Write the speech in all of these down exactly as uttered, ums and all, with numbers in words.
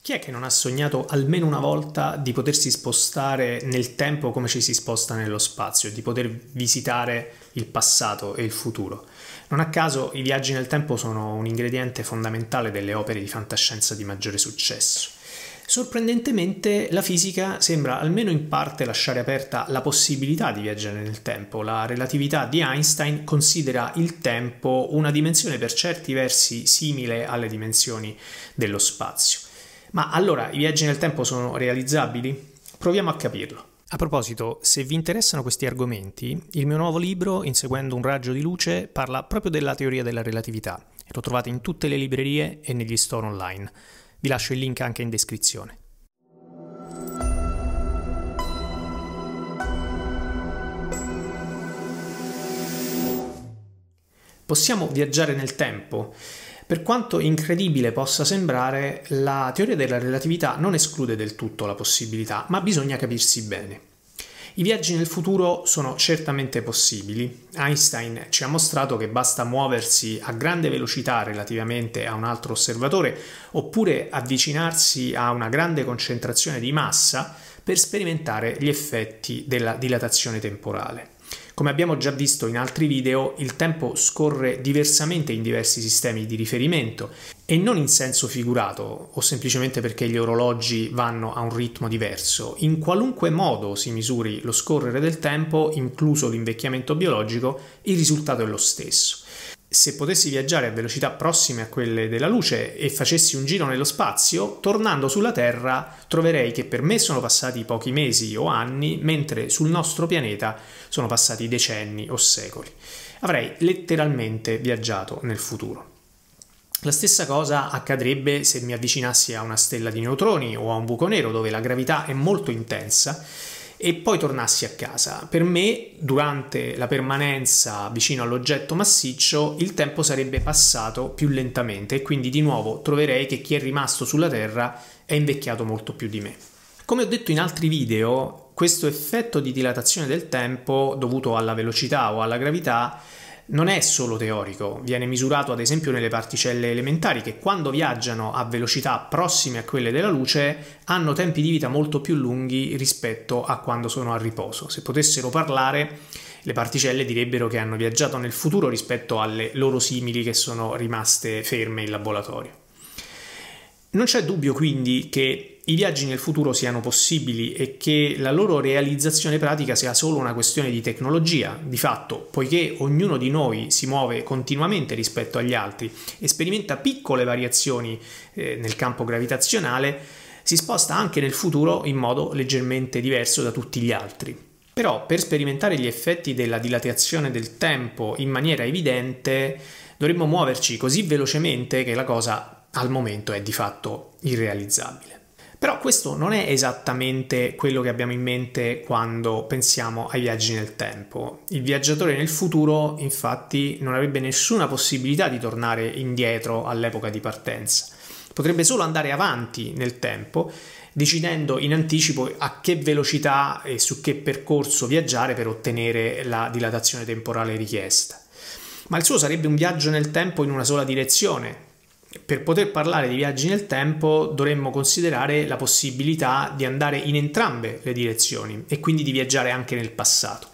Chi è che non ha sognato almeno una volta di potersi spostare nel tempo come ci si sposta nello spazio, di poter visitare il passato e il futuro? Non a caso i viaggi nel tempo sono un ingrediente fondamentale delle opere di fantascienza di maggiore successo. Sorprendentemente la fisica sembra almeno in parte lasciare aperta la possibilità di viaggiare nel tempo. La relatività di Einstein considera il tempo una dimensione per certi versi simile alle dimensioni dello spazio. Ma allora i viaggi nel tempo sono realizzabili? Proviamo a capirlo. A proposito, se vi interessano questi argomenti, il mio nuovo libro, Inseguendo un raggio di luce, parla proprio della teoria della relatività e lo trovate in tutte le librerie e negli store online. Vi lascio il link anche in descrizione. Possiamo viaggiare nel tempo? Per quanto incredibile possa sembrare, la teoria della relatività non esclude del tutto la possibilità, ma bisogna capirsi bene. I viaggi nel futuro sono certamente possibili. Einstein ci ha mostrato che basta muoversi a grande velocità relativamente a un altro osservatore oppure avvicinarsi a una grande concentrazione di massa per sperimentare gli effetti della dilatazione temporale. Come abbiamo già visto in altri video, il tempo scorre diversamente in diversi sistemi di riferimento e non in senso figurato o semplicemente perché gli orologi vanno a un ritmo diverso. In qualunque modo si misuri lo scorrere del tempo, incluso l'invecchiamento biologico, il risultato è lo stesso. Se potessi viaggiare a velocità prossime a quelle della luce e facessi un giro nello spazio, tornando sulla Terra troverei che per me sono passati pochi mesi o anni, mentre sul nostro pianeta sono passati decenni o secoli. Avrei letteralmente viaggiato nel futuro. La stessa cosa accadrebbe se mi avvicinassi a una stella di neutroni o a un buco nero dove la gravità è molto intensa e poi tornassi a casa. Per me, durante la permanenza vicino all'oggetto massiccio, il tempo sarebbe passato più lentamente e quindi di nuovo troverei che chi è rimasto sulla Terra è invecchiato molto più di me. Come ho detto in altri video, questo effetto di dilatazione del tempo dovuto alla velocità o alla gravità non è solo teorico, viene misurato ad esempio nelle particelle elementari che quando viaggiano a velocità prossime a quelle della luce hanno tempi di vita molto più lunghi rispetto a quando sono a riposo. Se potessero parlare, le particelle direbbero che hanno viaggiato nel futuro rispetto alle loro simili che sono rimaste ferme in laboratorio. Non c'è dubbio quindi che i viaggi nel futuro siano possibili e che la loro realizzazione pratica sia solo una questione di tecnologia. Di fatto, poiché ognuno di noi si muove continuamente rispetto agli altri e sperimenta piccole variazioni eh, nel campo gravitazionale, si sposta anche nel futuro in modo leggermente diverso da tutti gli altri. Però, per sperimentare gli effetti della dilatazione del tempo in maniera evidente, dovremmo muoverci così velocemente che la cosa al momento è di fatto irrealizzabile. Però questo non è esattamente quello che abbiamo in mente quando pensiamo ai viaggi nel tempo. Il viaggiatore nel futuro, infatti, non avrebbe nessuna possibilità di tornare indietro all'epoca di partenza. Potrebbe solo andare avanti nel tempo, decidendo in anticipo a che velocità e su che percorso viaggiare per ottenere la dilatazione temporale richiesta. Ma il suo sarebbe un viaggio nel tempo in una sola direzione. Per poter parlare di viaggi nel tempo dovremmo considerare la possibilità di andare in entrambe le direzioni e quindi di viaggiare anche nel passato.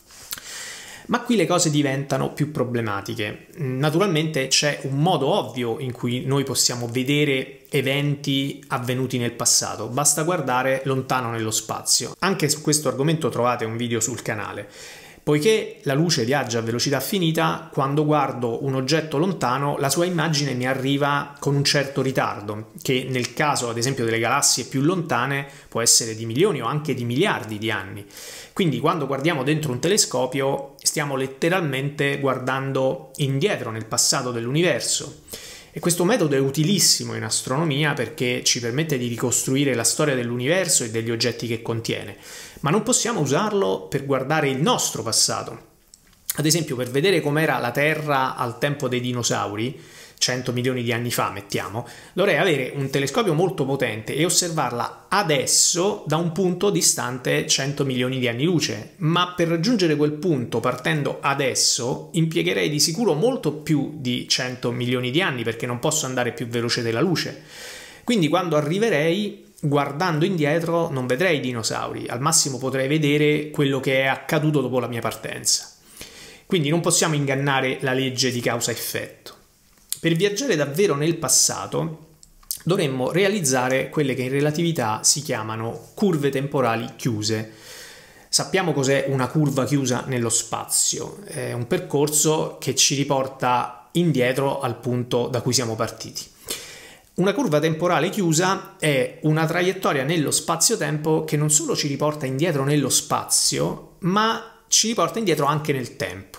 Ma qui le cose diventano più problematiche. Naturalmente c'è un modo ovvio in cui noi possiamo vedere eventi avvenuti nel passato, basta guardare lontano nello spazio. Anche su questo argomento trovate un video sul canale. Poiché la luce viaggia a velocità finita, quando guardo un oggetto lontano, la sua immagine mi arriva con un certo ritardo, che nel caso ad esempio delle galassie più lontane può essere di milioni o anche di miliardi di anni. Quindi quando guardiamo dentro un telescopio stiamo letteralmente guardando indietro nel passato dell'universo. E questo metodo è utilissimo in astronomia perché ci permette di ricostruire la storia dell'universo e degli oggetti che contiene, ma non possiamo usarlo per guardare il nostro passato. Ad esempio, per vedere com'era la Terra al tempo dei dinosauri, cento milioni di anni fa, mettiamo, dovrei avere un telescopio molto potente e osservarla adesso da un punto distante cento milioni di anni luce, ma per raggiungere quel punto partendo adesso impiegherei di sicuro molto più di cento milioni di anni perché non posso andare più veloce della luce. Quindi quando arriverei, guardando indietro, non vedrei i dinosauri, al massimo potrei vedere quello che è accaduto dopo la mia partenza. Quindi non possiamo ingannare la legge di causa-effetto. Per viaggiare davvero nel passato dovremmo realizzare quelle che in relatività si chiamano curve temporali chiuse. Sappiamo cos'è una curva chiusa nello spazio, è un percorso che ci riporta indietro al punto da cui siamo partiti. Una curva temporale chiusa è una traiettoria nello spazio-tempo che non solo ci riporta indietro nello spazio, ma ci riporta indietro anche nel tempo.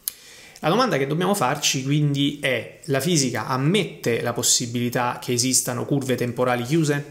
La domanda che dobbiamo farci quindi è: la fisica ammette la possibilità che esistano curve temporali chiuse?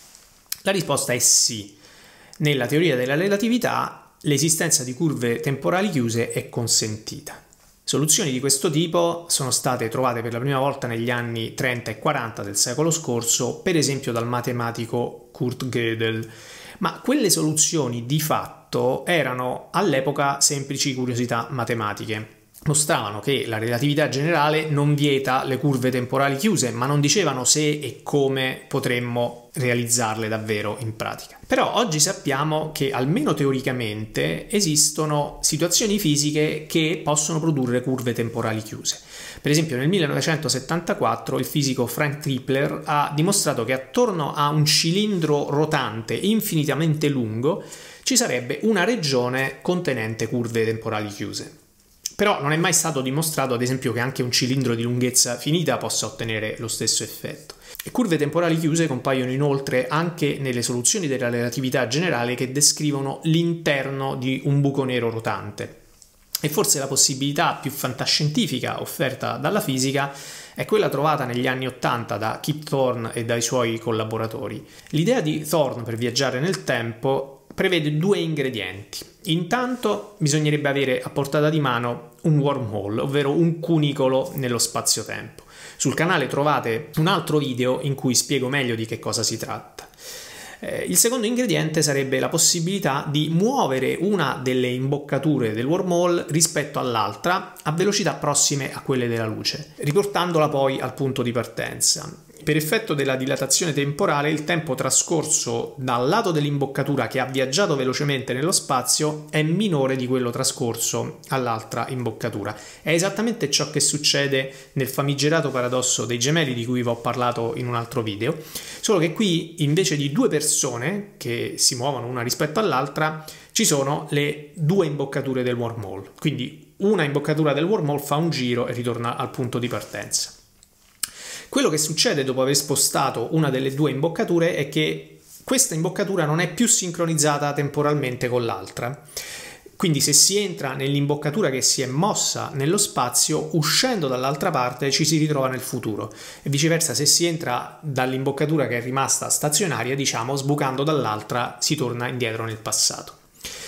La risposta è sì. Nella teoria della relatività l'esistenza di curve temporali chiuse è consentita. Soluzioni di questo tipo sono state trovate per la prima volta negli anni trenta e quaranta del secolo scorso, per esempio dal matematico Kurt Gödel, ma quelle soluzioni di fatto erano all'epoca semplici curiosità matematiche. Mostravano che la relatività generale non vieta le curve temporali chiuse, ma non dicevano se e come potremmo realizzarle davvero in pratica. Però oggi sappiamo che almeno teoricamente esistono situazioni fisiche che possono produrre curve temporali chiuse. Per esempio nel millenovecentosettantaquattro il fisico Frank Tripler ha dimostrato che attorno a un cilindro rotante infinitamente lungo ci sarebbe una regione contenente curve temporali chiuse. Però non è mai stato dimostrato, ad esempio, che anche un cilindro di lunghezza finita possa ottenere lo stesso effetto. Le curve temporali chiuse compaiono inoltre anche nelle soluzioni della relatività generale che descrivono l'interno di un buco nero rotante. E forse la possibilità più fantascientifica offerta dalla fisica è quella trovata negli anni ottanta da Kip Thorne e dai suoi collaboratori. L'idea di Thorne per viaggiare nel tempo prevede due ingredienti. Intanto bisognerebbe avere a portata di mano un wormhole, ovvero un cunicolo nello spazio-tempo. Sul canale trovate un altro video in cui spiego meglio di che cosa si tratta. Eh, il secondo ingrediente sarebbe la possibilità di muovere una delle imboccature del wormhole rispetto all'altra a velocità prossime a quelle della luce, riportandola poi al punto di partenza. Per effetto della dilatazione temporale, il tempo trascorso dal lato dell'imboccatura che ha viaggiato velocemente nello spazio è minore di quello trascorso all'altra imboccatura. È esattamente ciò che succede nel famigerato paradosso dei gemelli di cui vi ho parlato in un altro video, solo che qui invece di due persone che si muovono una rispetto all'altra ci sono le due imboccature del wormhole. Quindi una imboccatura del wormhole fa un giro e ritorna al punto di partenza. Quello che succede dopo aver spostato una delle due imboccature è che questa imboccatura non è più sincronizzata temporalmente con l'altra. Quindi se si entra nell'imboccatura che si è mossa nello spazio, uscendo dall'altra parte ci si ritrova nel futuro. E viceversa, se si entra dall'imboccatura che è rimasta stazionaria, diciamo, sbucando dall'altra, si torna indietro nel passato.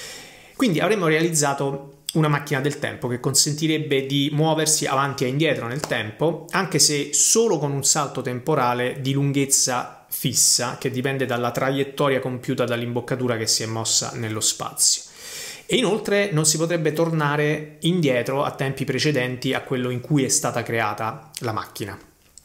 Quindi avremmo realizzato una macchina del tempo che consentirebbe di muoversi avanti e indietro nel tempo, anche se solo con un salto temporale di lunghezza fissa che dipende dalla traiettoria compiuta dall'imboccatura che si è mossa nello spazio. E inoltre non si potrebbe tornare indietro a tempi precedenti a quello in cui è stata creata la macchina.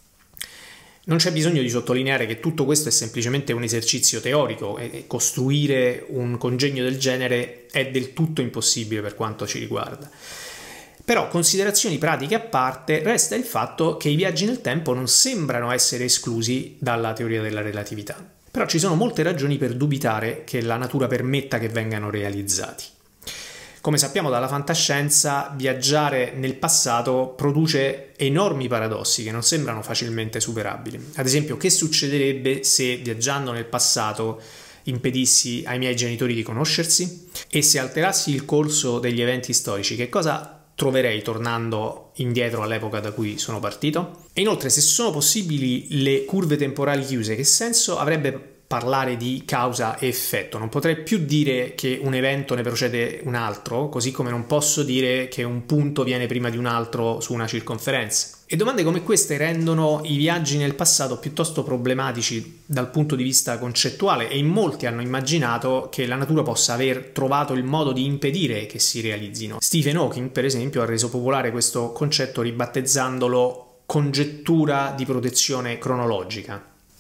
Non c'è bisogno di sottolineare che tutto questo è semplicemente un esercizio teorico e costruire un congegno del genere è del tutto impossibile per quanto ci riguarda. Però, considerazioni pratiche a parte, resta il fatto che i viaggi nel tempo non sembrano essere esclusi dalla teoria della relatività. Però ci sono molte ragioni per dubitare che la natura permetta che vengano realizzati. Come sappiamo dalla fantascienza, viaggiare nel passato produce enormi paradossi che non sembrano facilmente superabili. Ad esempio, che succederebbe se viaggiando nel passato impedissi ai miei genitori di conoscersi? E se alterassi il corso degli eventi storici, che cosa troverei tornando indietro all'epoca da cui sono partito? E inoltre, se sono possibili le curve temporali chiuse, che senso avrebbe parlare di causa e effetto? Non potrei più dire che un evento ne precede un altro, così come non posso dire che un punto viene prima di un altro su una circonferenza. E domande come queste rendono i viaggi nel passato piuttosto problematici dal punto di vista concettuale, e in molti hanno immaginato che la natura possa aver trovato il modo di impedire che si realizzino. Stephen Hawking, per esempio, ha reso popolare questo concetto ribattezzandolo congettura di protezione cronologica.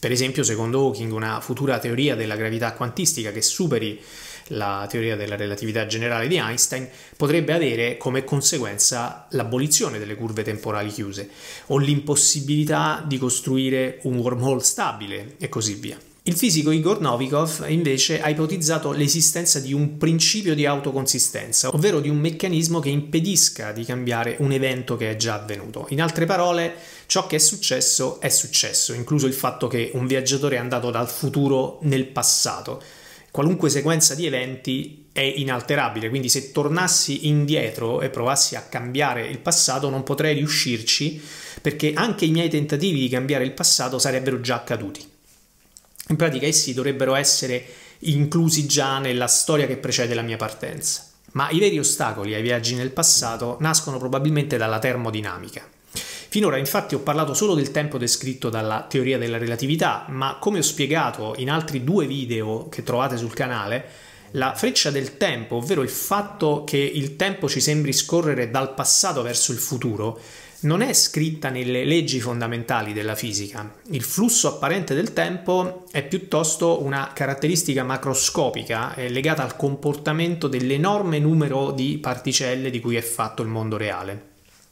Per esempio, secondo Hawking, una futura teoria della gravità quantistica che superi la teoria della relatività generale di Einstein potrebbe avere come conseguenza l'abolizione delle curve temporali chiuse o l'impossibilità di costruire un wormhole stabile e così via. Il fisico Igor Novikov invece ha ipotizzato l'esistenza di un principio di autoconsistenza, ovvero di un meccanismo che impedisca di cambiare un evento che è già avvenuto. In altre parole, ciò che è successo è successo, incluso il fatto che un viaggiatore è andato dal futuro nel passato. Qualunque sequenza di eventi è inalterabile, quindi se tornassi indietro e provassi a cambiare il passato non potrei riuscirci, perché anche i miei tentativi di cambiare il passato sarebbero già accaduti. In pratica essi dovrebbero essere inclusi già nella storia che precede la mia partenza. Ma i veri ostacoli ai viaggi nel passato nascono probabilmente dalla termodinamica. Finora infatti ho parlato solo del tempo descritto dalla teoria della relatività, ma come ho spiegato in altri due video che trovate sul canale, la freccia del tempo, ovvero il fatto che il tempo ci sembri scorrere dal passato verso il futuro, non è scritta nelle leggi fondamentali della fisica. Il flusso apparente del tempo è piuttosto una caratteristica macroscopica legata al comportamento dell'enorme numero di particelle di cui è fatto il mondo reale.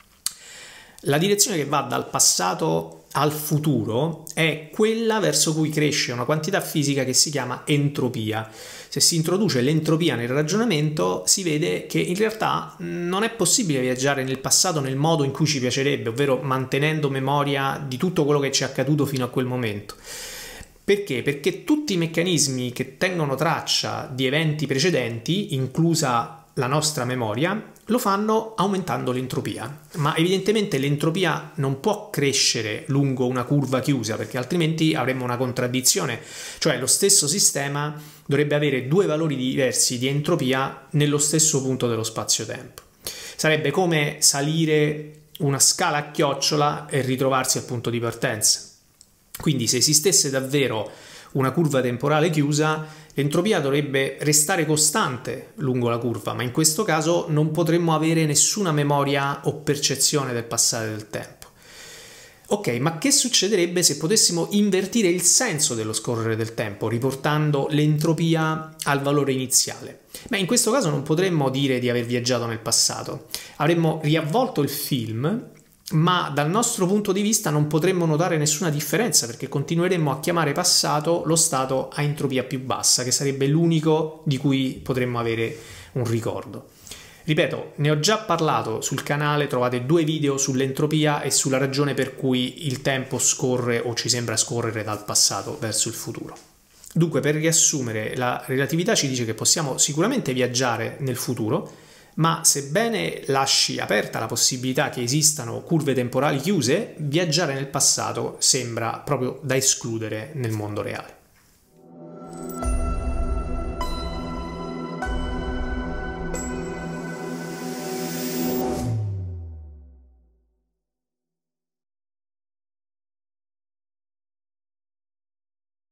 La direzione che va dal passato al futuro è quella verso cui cresce una quantità fisica che si chiama entropia. Se si introduce l'entropia nel ragionamento, si vede che in realtà non è possibile viaggiare nel passato nel modo in cui ci piacerebbe, ovvero mantenendo memoria di tutto quello che ci è accaduto fino a quel momento. Perché? Perché tutti i meccanismi che tengono traccia di eventi precedenti, inclusa la nostra memoria, lo fanno aumentando l'entropia, ma evidentemente l'entropia non può crescere lungo una curva chiusa, perché altrimenti avremmo una contraddizione, cioè lo stesso sistema dovrebbe avere due valori diversi di entropia nello stesso punto dello spazio-tempo. Sarebbe come salire una scala a chiocciola e ritrovarsi al punto di partenza. Quindi se esistesse davvero una curva temporale chiusa, l'entropia dovrebbe restare costante lungo la curva, ma in questo caso non potremmo avere nessuna memoria o percezione del passare del tempo. Ok, ma che succederebbe se potessimo invertire il senso dello scorrere del tempo, riportando l'entropia al valore iniziale? Beh, in questo caso non potremmo dire di aver viaggiato nel passato. Avremmo riavvolto il film, ma dal nostro punto di vista non potremmo notare nessuna differenza, perché continueremmo a chiamare passato lo stato a entropia più bassa, che sarebbe l'unico di cui potremmo avere un ricordo. Ripeto, ne ho già parlato sul canale, trovate due video sull'entropia e sulla ragione per cui il tempo scorre o ci sembra scorrere dal passato verso il futuro. Dunque, per riassumere, la relatività ci dice che possiamo sicuramente viaggiare nel futuro, ma sebbene lasci aperta la possibilità che esistano curve temporali chiuse, viaggiare nel passato sembra proprio da escludere nel mondo reale.